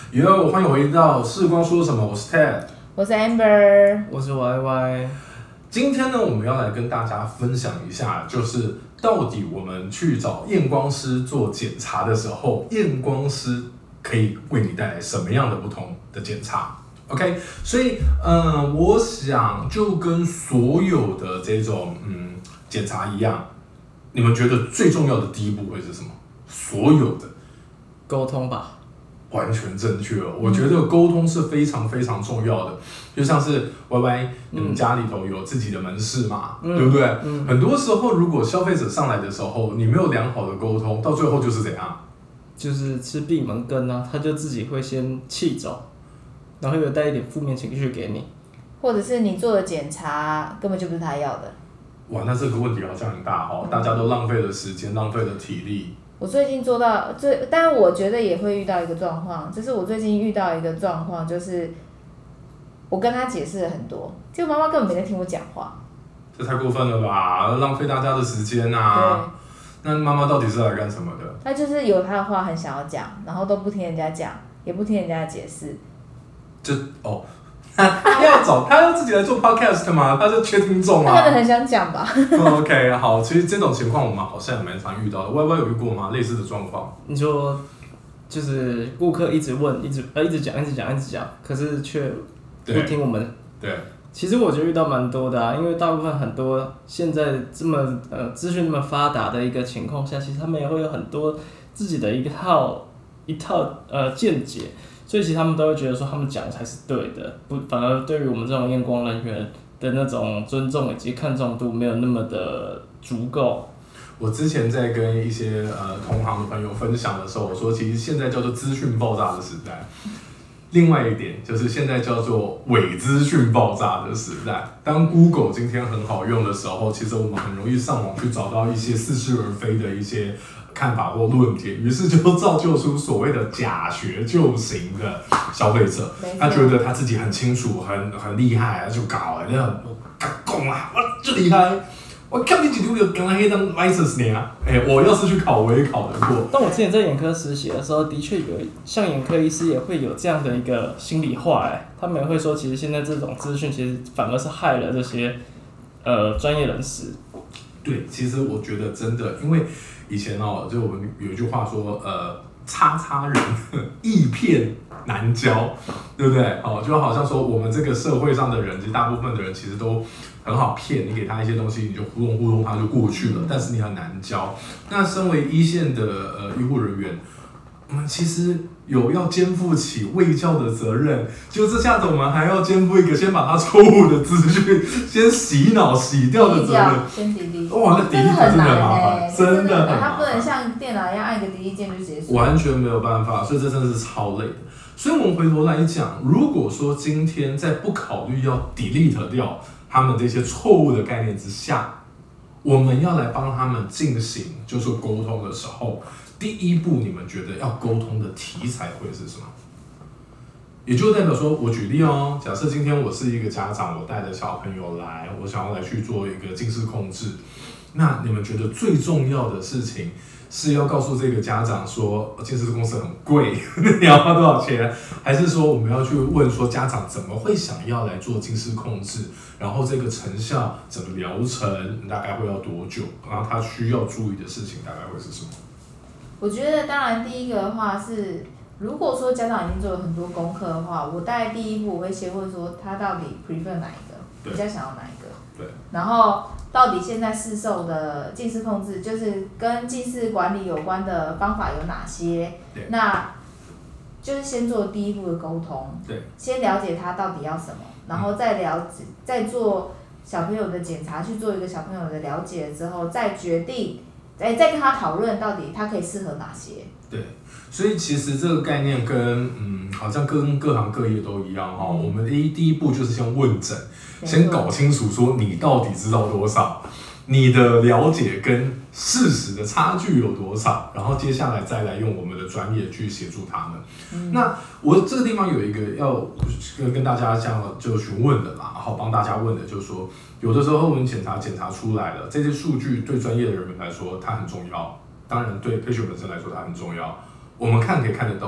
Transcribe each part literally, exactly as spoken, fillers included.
哟，欢迎回到视光说什么，我是 Ted， 我是 Amber， 我是 Y Y。 今天呢，我们要来跟大家分享一下，就是到底我们去找验光师做检查的时候，验光师可以为你带来什么样的不同的检查 ？OK， 所以，嗯，我想就跟所有的这种嗯检查一样，你们觉得最重要的第一步会是什么？所有的沟通吧。 完全正确哦，我觉得沟通是非常非常重要的，就像是 Y Y， 你们家里头有自己的门市嘛，嗯、对不对、嗯？很多时候，如果消费者上来的时候，你没有良好的沟通，到最后就是怎样？ 就是吃闭门羹啊，他就自己会先气走，然后有带一点负面情绪给你， 或者是你做的检查根本就不是他要的。 哇，那这个问题好像很大哦，大家都浪费了时间，浪费了体力。 我最近做到最，但我觉得也会遇到一个状况，就是我最近遇到一个状况，就是我跟他解释了很多，结果妈妈根本没在听我讲话。 这太过分了吧，浪费大家的时间啊！那妈妈到底是来干什么的？ 她就是有她的话很想要讲，然后都不听人家讲，也不听人家的解释。 这哦。他要找他要自己来做 podcast 吗？他就缺听众啊。 他可能很想讲吧。 OK， 好，其实这种情况我们好像也蛮常遇到的。Y Y 有遇过吗？类似的状况？ 你说就是顾客一直问，一直呃一直讲，一直讲，一直讲，可是却不听我们。 对。 其实我觉得遇到蛮多的啊，因为大部分很多现在这么呃资讯那么发达的一个情况下，其实他们也会有很多自己的一套一套呃见解。所以其实他们都会觉得说他们讲的才是对的，不反而对于我们这种验光人员的那种尊重以及看重度没有那么的足够。 我之前在跟一些呃同行的朋友分享的时候，我说其实现在叫做资讯爆炸的时代。另外一点就是现在叫做伪资讯爆炸的时代。当 Google 今天很好用的时候，其实我们很容易上网去找到一些似是而非的一些看法或论点，于是就造就出所谓的假学就行的消费者。他觉得他自己很清楚、很很厉害，就搞了，那我讲啦，我就厉害。我看你几度有刚刚黑当 license 呢啊！哎，我要是去考，我也考得过。 但我之前在眼科实习的时候，的确有像眼科医师也会有这样的一个心里话，哎，他们也会说，其实现在这种资讯其实反而是害了这些呃专业人士。 对，其实我觉得真的，因为以前哦，就我们有一句话说，呃，叉叉人易骗难教，对不对？哦，就好像说我们这个社会上的人，其实大部分的人其实都很好骗，你给他一些东西，你就糊弄糊弄他就过去了，但是你很难教。那身为一线的呃医护人员，我们其实有要肩负起卫教的责任，就这下子我们还要肩负一个先把他错误的资讯先洗脑洗掉的责任， 先抵力。 哇，那抵力真的很麻烦，真的很麻烦。 它不能像电脑一样按一个抵力键就结束， 完全没有办法，所以这真的是超累的。所以我们回头来讲，如果说今天在不考虑要 delete 掉他们这些错误的概念之下，我们要来帮他们进行就是沟通的时候，第一步你们觉得要沟通的题材会是什么？也就代表说，我举例哦，假设今天我是一个家长，我带着小朋友来，我想要来去做一个近视控制，那你们觉得最重要的事情是要告诉这个家长说，近视公司很贵，你要花多少钱？还是说我们要去问说家长怎么会想要来做近视控制？然后这个成效、整个疗程大概会要多久？然后他需要注意的事情大概会是什么？ 我觉得当然第一个的话是，如果说家长已经做了很多功课的话，我大概第一步我会先问说他到底 prefer 哪一个，比较想要哪一个。 对。 然后到底现在市售的近视控制，就是跟近视管理有关的方法有哪些？ 对。 那就是先做第一步的沟通。 对。 先了解他到底要什么，然后再了解，再做小朋友的检查，去做一个小朋友的了解之后，再决定。哎，再跟他讨论到底他可以适合哪些。 对，所以其实这个概念跟嗯，好像跟各行各业都一样哈、嗯。我们第一第一步就是先问诊，先搞清楚说你到底知道多少，你的了解跟事实的差距有多少，然后接下来再来用我们的专业去协助他们。嗯、那我这个地方有一个要跟大家这样就询问的啦，然后帮大家问的就是说。有的时候我们检查检查出来了，这些数据对专业的人员来说它很重要，当然对 patient 本身来说它很重要。我们看可以看得懂，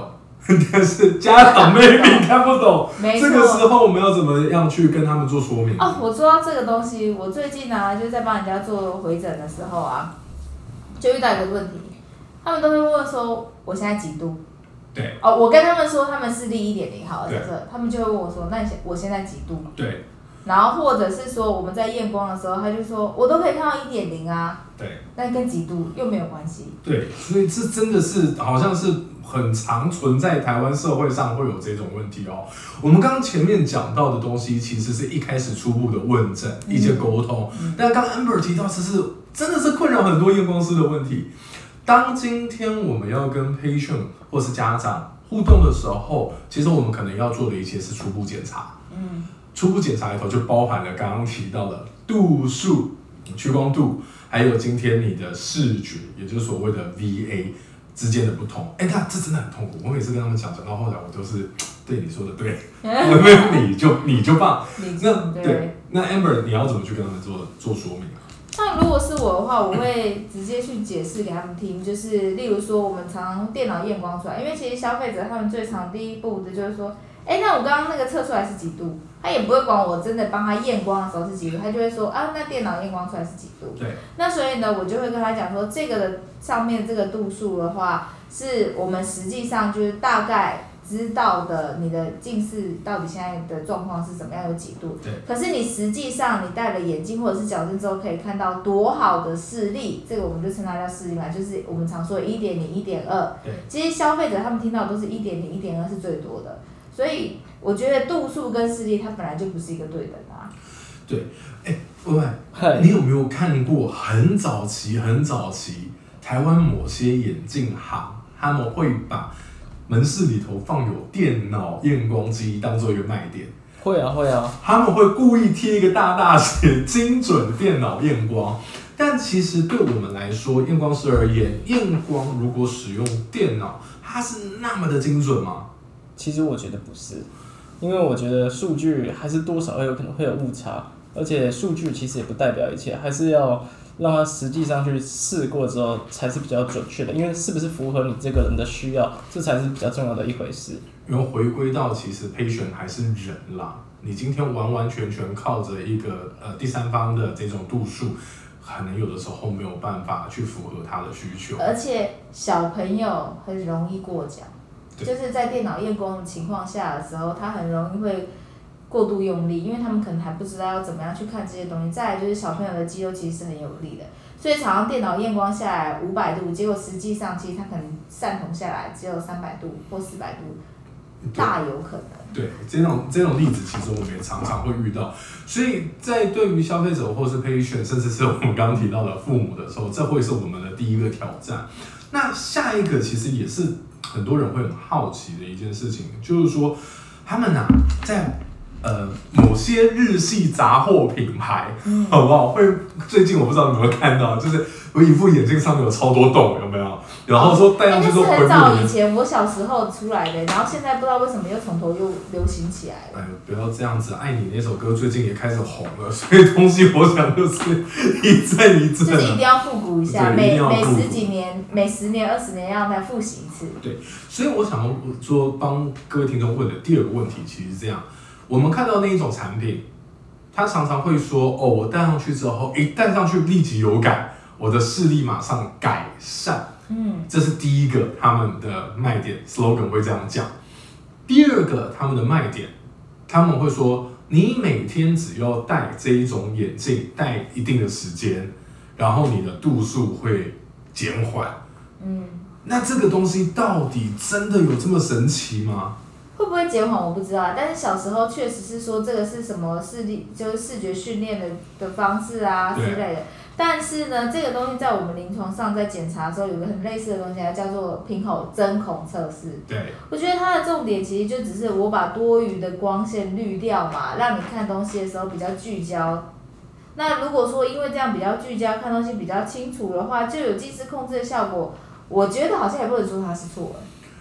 但是家长 maybe 看不懂， 没错。 这个时候我们要怎么样去跟他们做说明？ 哦，我说到这个东西，我最近啊，就是在帮人家做回诊的时候啊，就遇到一个问题，他们都会问说，我现在几度？ 对。 哦，我跟他们说他们视力一点零好了， 对假设他们就会问我说，那你现我现在几度？ 对。 然后或者是说我们在验光的时候，他就说我都可以看到一点零啊， 对， 但跟几度又没有关系。 对，所以这真的是好像是很常存在台湾社会上会有这种问题哦。我们刚刚前面讲到的东西，其实是一开始初步的问诊、一些沟通，嗯、但刚刚 Amber 提到，这是真的是困扰很多验光师的问题。当今天我们要跟 patient 或是家长互动的时候，其实我们可能要做的一些是初步检查。嗯。初步检查里头就包含了刚刚提到的度数、屈光度，还有今天你的视觉，也就是所谓的 V A 之间的不同。哎、欸，那这真的很痛苦。我每次跟他们讲，讲到后来，我都是对你说的对，因为你就你就棒。那对，那 Amber 你要怎么去跟他们做做说明？ 那如果是我的话，我会直接去解释给他们听，就是例如说我们常用电脑验光出来，因为其实消费者他们最常第一步的就是说，哎、欸，那我刚刚那个测出来是几度？他也不会管我真的帮他验光的时候是几度，他就会说啊，那电脑验光出来是几度。 对。 那所以呢，我就会跟他讲说，这个的上面这个度数的话，是我们实际上就是大概知道的你的近视到底现在的状况是怎么样，有几度。 对。 可是你实际上你戴了眼镜或者是矫正之后，可以看到多好的视力，这个我们就称它叫视力嘛，就是我们常说的一点零、一点二。 对。 其实消费者他们听到都是一点零、一点二是最多的，所以。我觉得度数跟视力它本来就不是一个对等啊。 对，哎，喂喂，你有没有看过很早期、很早期台湾某些眼镜行，他们会把门市里头放有电脑验光机当做一个卖点？ 会啊，会啊。 他们会故意贴一个大大写精准电脑验光，但其实对我们来说，验光师而言，验光如果使用电脑，它是那么的精准吗？ 其实我觉得不是。因为我觉得数据还是多少有可能会有误差，而且数据其实也不代表一切，还是要让它实际上去试过之后才是比较准确的。因为是不是符合你这个人的需要，这才是比较重要的一回事。 因为回归到其实 patient 还是人啦，你今天完完全全靠着一个呃第三方的这种度数，可能有的时候没有办法去符合他的需求。 而且小朋友很容易过奖。就是在电脑验光的情况下的时候，他很容易会过度用力，因为他们可能还不知道要怎么样去看这些东西。再来就是小朋友的肌肉其实是很有力的，所以常常电脑验光下来五百度，结果实际上其实他可能散瞳下来只有三百度或四百度，大有可能。 对，这种这种例子其实我们也常常会遇到，所以在对于消费者或是 patient， 甚至是我们刚刚提到的父母的时候，这会是我们的第一个挑战。那下一个其实也是很多人会很好奇的一件事情，就是说他们啊在呃某些日系杂货品牌，嗯、好不好？会最近我不知道你有没有看到，就是有一副眼镜上面有超多洞，有没有？然后说戴上去之后回不。 那是很早以前我小时候出来的，然后现在不知道为什么又从头又流行起来了。 哎呦，不要这样子！爱你那首歌最近也开始红了，所以东西我想就是一阵一阵。 就是一定要复古一下，每每十几年、每十年、二十年要再复习一次。 对，所以我想说帮各位听众问的第二个问题，其实是这样：我们看到那一种产品，他常常会说：“哦，我戴上去之后，一戴上去立即有感，我的视力马上改善。”嗯，这是第一个他们的卖点 slogan 会这样讲。第二个他们的卖点，他们会说你每天只要戴这一种眼镜，戴一定的时间，然后你的度数会减缓。嗯，那这个东西到底真的有这么神奇吗？ 会不会减缓我不知道，但是小时候确实是说这个是什么视力，就是视觉训练的的方式啊之类的。但是呢，这个东西在我们临床上在检查的时候，有个很类似的东西，叫做平孔针孔测试。 对， 我觉得它的重点其实就只是我把多余的光线滤掉嘛，让你看东西的时候比较聚焦。那如果说因为这样比较聚焦，看东西比较清楚的话，就有近视控制的效果。我觉得好像也不能说它是错的。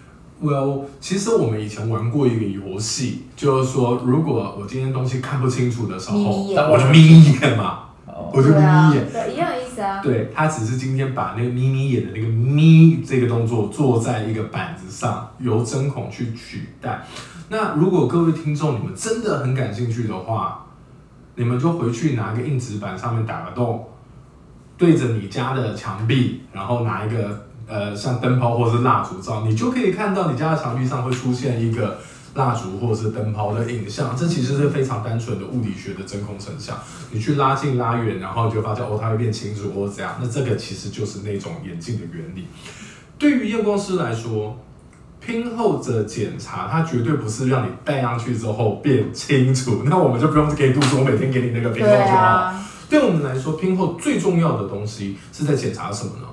Well， 其实我们以前玩过一个游戏，就是说，如果我今天东西看不清楚的时候，我就眯一眼嘛。我就眯一眼， 对，一样的意思思啊。 对，他只是今天把那个眯眯眼的那个眯这个动作做在一个板子上，由针孔去取代。那如果各位听众你们真的很感兴趣的话，你们就回去拿个硬纸板上面打个洞，对着你家的墙壁，然后拿一个呃像灯泡或是蜡烛照，你就可以看到你家的墙壁上会出现一个蜡烛或是灯泡的影像。这其实是非常单纯的物理学的真空成像，你去拉近拉远，然后你就发现哦它会变清楚或这样，那这个其实就是那种眼镜的原理。对于验光师来说，拼后的检查，它绝对不是让你戴上去之后变清楚，那我们就不用给度数，我每天给你那个拼后就好。对啊，对我们来说，拼后最重要的东西是在检查什么呢？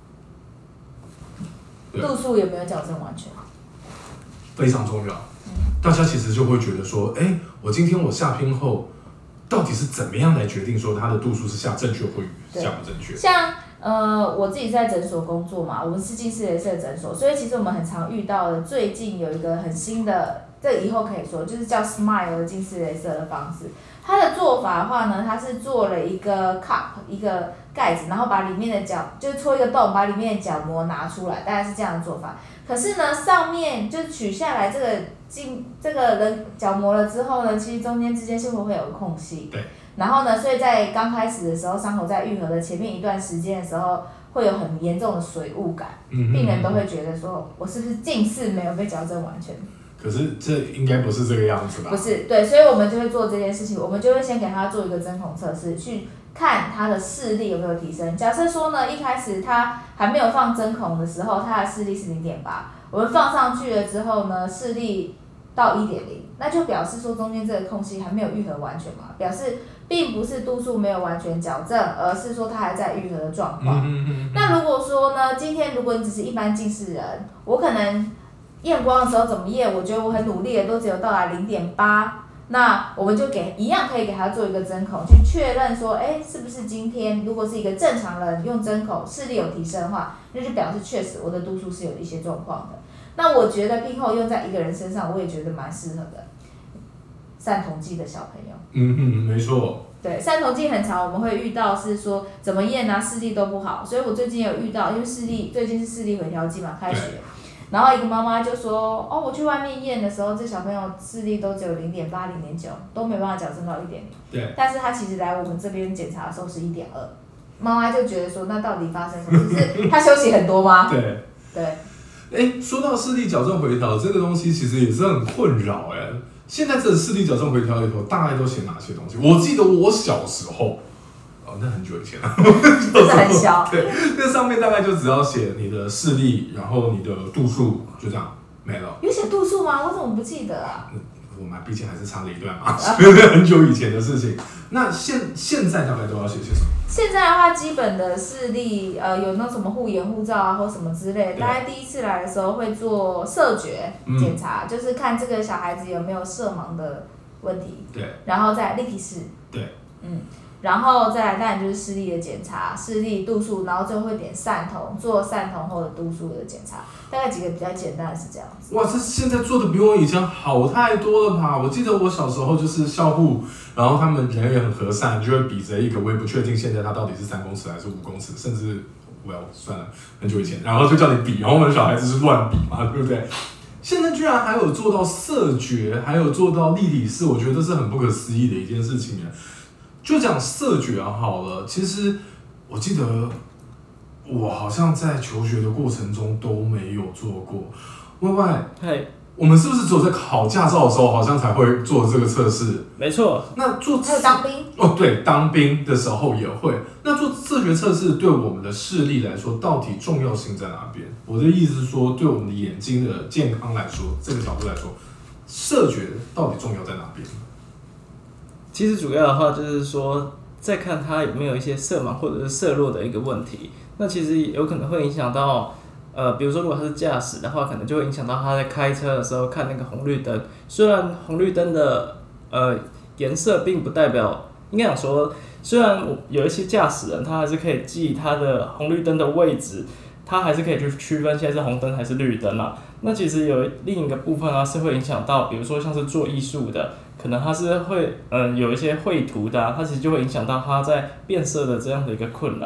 度数有没有矫正完全？ 非常重要。大家其实就会觉得说，哎、欸，我今天我下拼后，到底是怎么样来决定说它的度数是下正确或下不正确？ 像呃，我自己在诊所工作嘛，我们是近视雷射诊所，所以其实我们很常遇到的，最近有一个很新的，这以后可以说就是叫 Smile 的近视雷射的方式。它的做法的话呢，它是做了一个 cup 一个盖子，然后把里面的角就是戳一个洞，把里面的角膜拿出来，大概是这样的做法。可是呢，上面就取下来这个镜这个人角膜了之后呢，其实中间之间是会会有空隙。 对。 然后呢，所以在刚开始的时候，伤口在愈合的前面一段时间的时候，会有很严重的水雾感， 嗯、 病人都会觉得说，我是不是近视没有被矫正完全？ 可是这应该不是这个样子吧？ 不是，对，所以我们就会做这件事情，我们就会先给他做一个针孔测试，去看他的视力有没有提升。假设说呢，一开始他还没有放针孔的时候，他的视力是零点八，我们放上去了之后呢，视力到一点零，那就表示说中间这个空隙还没有愈合完全嘛，表示并不是度数没有完全矫正，而是说它还在愈合的状况。 嗯嗯嗯、 那如果说呢，今天如果你只是一般近视人，我可能验光的时候怎么验，我觉得我很努力的都只有到达零点八，那我们就给一样可以给他做一个针孔，去确认说，哎，是不是今天如果是一个正常人用针孔视力有提升的话，那就表示确实我的度数是有一些状况的。那我觉得拼后用在一个人身上，我也觉得蛮适合的。散瞳剂的小朋友， 嗯嗯，没错。 对，散瞳剂很常我们会遇到是说怎么验啊，视力都不好，所以我最近有遇到，因为视力最近是视力回调剂嘛，开学。然后一个妈妈就说，哦，我去外面验的时候，这小朋友视力都只有零点八、零点九，都没办法矫正到一点零。 对。 但是他其实来我们这边检查的时候是一点二，妈妈就觉得说，那到底发生什么事？是他休息很多吗？ 对。 对。 哎，说到视力矫正回调这个东西，其实也是很困扰哎。现在这视力矫正回调里头，大概都写哪些东西？我记得我小时候。哦，那很久以前了， 真的很小。 对，那上面大概就只要写你的视力，然后你的度数，就这样没了。 有写度数吗？我怎么不记得啊？ 我们毕竟还是差了一段嘛，所以很久以前的事情。那现现在大概都要写些什么？ 现在的话，基本的视力，呃，有那什么护眼护照啊，或什么之类的。大概第一次来的时候会做色觉检查，嗯、就是看这个小孩子有没有色盲的问题。 对。 然后再立体视。 对。 嗯。然后再来当然就是视力的检查，视力度数，然后最后会点散瞳，做散瞳后的度数的检查，大概几个比较简单的是这样子。 哇，这现在做的比我以前好太多了吧？我记得我小时候就是校护，然后他们人也很和善，就会比着一个，我也不确定现在它到底是三公尺还是五公尺，甚至我要算了，很久以前，然后就叫你比，然后我们小孩子是乱比嘛，对不对？现在居然还有做到色觉，还有做到立体视，我觉得这是很不可思议的一件事情耶。就讲色觉好了，其实我记得我好像在求学的过程中都没有做过。歪歪， 嘿， 我们是不是只有在考驾照的时候好像才会做这个测试？ 没错。 那做还有当兵哦，对，当兵的时候也会。那做色觉测试对我们的视力来说，到底重要性在哪边？我的意思是说，对我们的眼睛的健康来说，这个角度来说，色觉到底重要在哪边？ 其实主要的话就是说，再看他有没有一些色盲或者是色弱的一个问题。那其实有可能会影响到，呃，比如说如果他是驾驶的话，可能就会影响到他在开车的时候看那个红绿灯。虽然红绿灯的呃颜色并不代表，应该讲说，虽然有一些驾驶人他还是可以记他的红绿灯的位置，他还是可以去区分现在是红灯还是绿灯啊。那其实有另一个部分啊，是会影响到，比如说像是做艺术的。可能它是会，嗯，有一些绘图的、啊，它其实就会影响到它在变色的这样的一个困扰。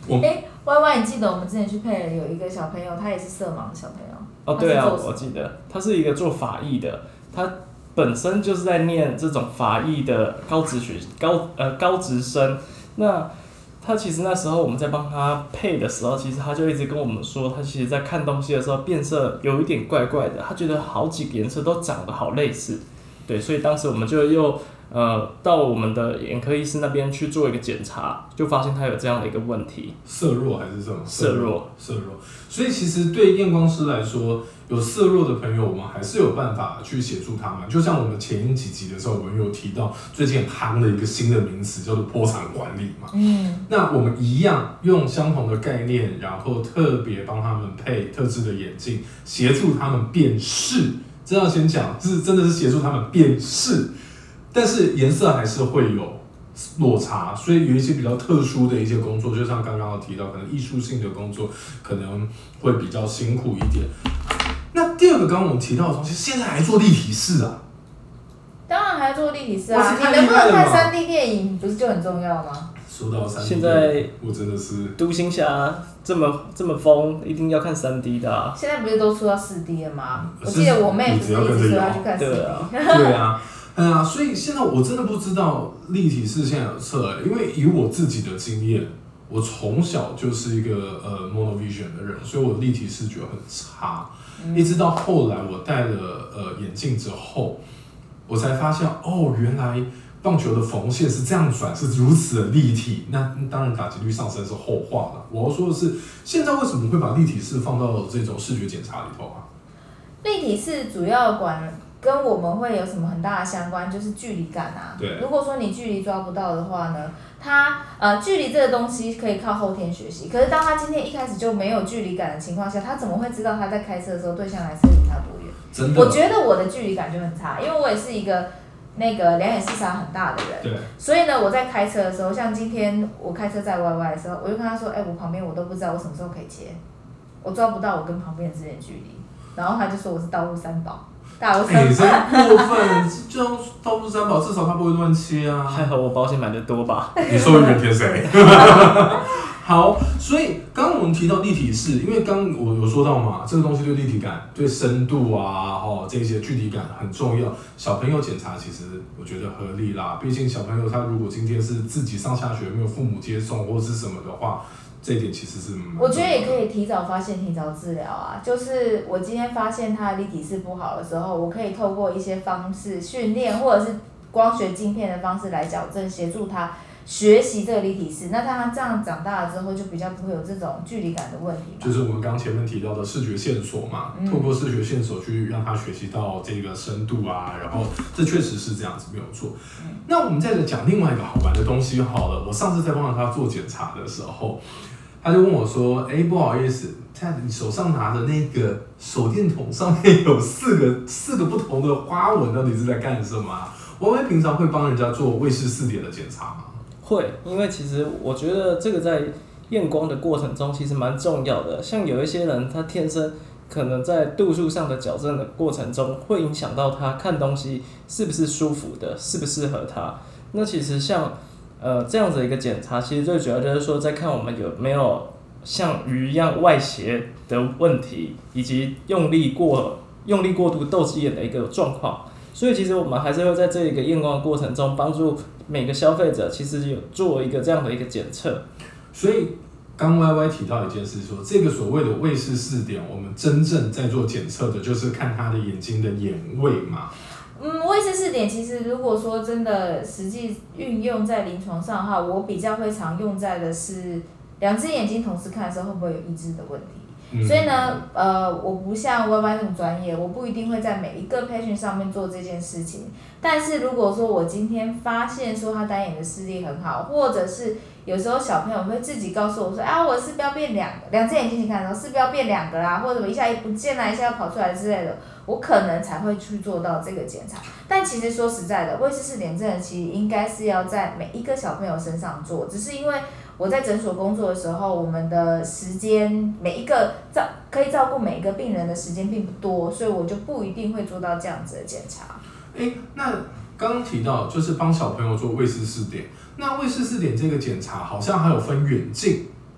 我哎，Y Y，你记得我们之前去配了有一个小朋友，他也是色盲的小朋友。 哦，对啊，我记得他是一个做法医的，他本身就是在念这种法医的高职学高呃高职生。那他其实那时候我们在帮他配的时候，其实他就一直跟我们说，他其实在看东西的时候变色有一点怪怪的，他觉得好几个颜色都长得好类似。对，所以当时我们就又呃到我们的眼科医师那边去做一个检查，就发现他有这样的一个问题。 色弱还是什么？ 色弱， 色弱。所以其实对验光师来说，有色弱的朋友，我们还是有办法去协助他们。就像我们前几集的时候，我们有提到最近很夯的一个新的名词，叫做波长管理嘛。 嗯， 那我们一样用相同的概念，然后特别帮他们配特制的眼镜，协助他们辨识。这要先讲，是真的是协助他们辨识，但是颜色还是会有落差，所以有一些比较特殊的一些工作，就像刚刚有提到，可能艺术性的工作可能会比较辛苦一点。那第二个，刚刚我们提到的东西，现在还做立体视啊？ 当然还要做立体视啊！ 哇是太你能不能看厉害了嘛三 D 电影，不是就很重要吗？ 说到三 D， 现在我真的是独行侠这么这么疯，一定要看三 D 的啊。 现在不是都出到四 D 了吗？ 是我记得我妹不是一直说要去看四 D。 对啊， 对啊，哎呀，所以现在我真的不知道立体视现在有测、欸，因为以我自己的经验，我从小就是一个呃 monovision 的人，所以我立体视觉很差，嗯、一直到后来我戴了呃眼镜之后，我才发现哦，原来棒球的缝线是这样转，是如此的立体。那当然打击率上升是后话了。我要说的是，现在为什么会把立体视放到这种视觉检查里头啊？ 立体视主要管跟我们会有什么很大的相关，就是距离感啊。 对。 如果说你距离抓不到的话呢，它呃距离这个东西可以靠后天学习。可是当他今天一开始就没有距离感的情况下，他怎么会知道他在开车的时候对向来车离他多远？ 真的。 我觉得我的距离感就很差，因为我也是一个那个两眼视差很大的人。 对。所以呢，我在开车的时候，像今天我开车在 Y Y 的时候，我就跟他说：“哎、欸，我旁边我都不知道我什么时候可以切，我抓不到我跟旁边之间的距离。”然后他就说我是道路三宝。大路三宝， 哎、欸，过分！就道路三宝，至少他不会乱切啊。 还好我保险买的多吧？ 你说原田谁？好，所以刚刚我们提到立体视，因为刚我有说到嘛，这个东西对立体感、对深度啊，哦这些距离感很重要。小朋友检查其实我觉得合理啦，毕竟小朋友他如果今天是自己上下学没有父母接送或是什么的话。这一点其实是， 我觉得也可以提早发现、提早治疗啊。就是我今天发现他的立体视不好的时候，我可以透过一些方式训练，或者是光学镜片的方式来矫正，协助他学习这个立体视。那他这样长大了之后，就比较不会有这种距离感的问题嘛。 就是我们刚前面提到的视觉线索嘛，嗯、透过视觉线索去让他学习到这个深度啊，然后这确实是这样子没有错。嗯、那我们再来讲另外一个好玩的东西好了。我上次在帮他做检查的时候。他就问我说：“哎、欸，不好意思，看你手上拿的那个手电筒上面有四个四个不同的花纹，到底是在干什么、啊？我们平常会帮人家做卫视四点的检查吗？” 会，因为其实我觉得这个在验光的过程中其实蛮重要的。像有一些人，他天生可能在度数上的矫正的过程中，会影响到他看东西是不是舒服的，适不适合他。那其实像。呃，这样子一个检查，其实最主要就是说，在看我们有没有像鱼一样外斜的问题，以及用力过用力过度斗鸡眼的一个状况。所以，其实我们还是会在这一个验光的过程中，帮助每个消费者，其实有做一个这样的一个检测。 所以，刚 Y Y 提到一件事说，这个所谓的卫视四点，我们真正在做检测的，就是看他的眼睛的眼位嘛。 嗯，卫视四点其实如果说真的实际运用在临床上的话，我比较会常用在的是两只眼睛同时看的时候会不会有一只的问题。嗯、所以呢，呃，我不像 Y Y 那么专业，我不一定会在每一个 patient 上面做这件事情。但是如果说我今天发现说他单眼的视力很好，或者是有时候小朋友会自己告诉我说，啊，我视标变两个，两只眼睛你看的时候视标变两个啦，或者一下不见了，一下要跑出来之类的。我可能才会去做到这个检查，但其实说实在的，卫视四点真的其实应该是要在每一个小朋友身上做，只是因为我在诊所工作的时候，我们的时间每一个照可以照顾每一个病人的时间并不多，所以我就不一定会做到这样子的检查。 哎，那刚刚提到就是帮小朋友做卫视四点，那卫视四点这个检查好像还有分远近。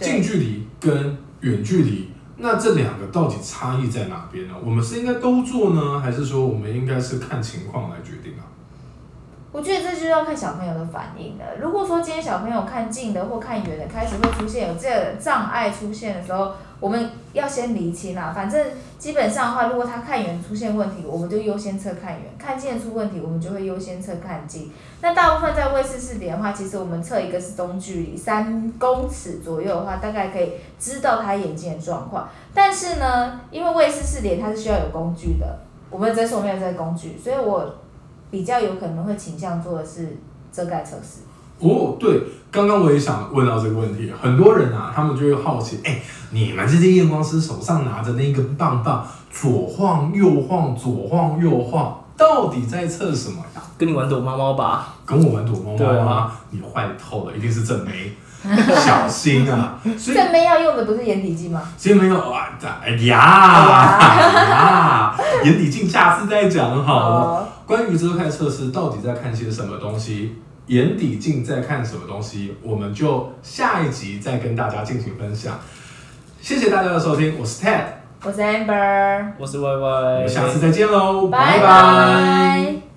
近距离跟远距离，那这两个到底差异在哪边呢？我们是应该都做呢，还是说我们应该是看情况来决定啊？ 我觉得这就要看小朋友的反应了。如果说今天小朋友看近的或看远的开始会出现有这个障碍出现的时候，我们要先厘清啦。反正基本上的话，如果他看远出现问题，我们就优先测看远；看近出问题，我们就会优先测看近。那大部分在卫视视点的话，其实我们测一个是中距离三公尺左右的话，大概可以知道他眼睛的状况。但是呢，因为卫视视点它是需要有工具的，我们诊所没有这个工具，所以我比较有可能会倾向做的是遮盖测试。 哦，对，刚刚我也想问到这个问题，很多人啊，他们就会好奇，哎、欸，你们这些验光师手上拿着那根棒棒，左晃右晃，左晃右晃，到底在测什么呀？ 跟你玩躲猫猫吧？ 跟我玩躲猫猫吗？啊、你坏透了，一定是正妹。小心啊！ 正妹要用的不是眼底镜吗？ 所以没有啊，哎呀，哎呀，眼底镜下次再讲好了。哦、关于遮盖测试到底在看些什么东西，眼底镜在看什么东西，我们就下一集再跟大家进行分享。谢谢大家的收听，我是 Ted， 我是 Amber， 我是 Y Y， 我们下次再见喽， 拜拜。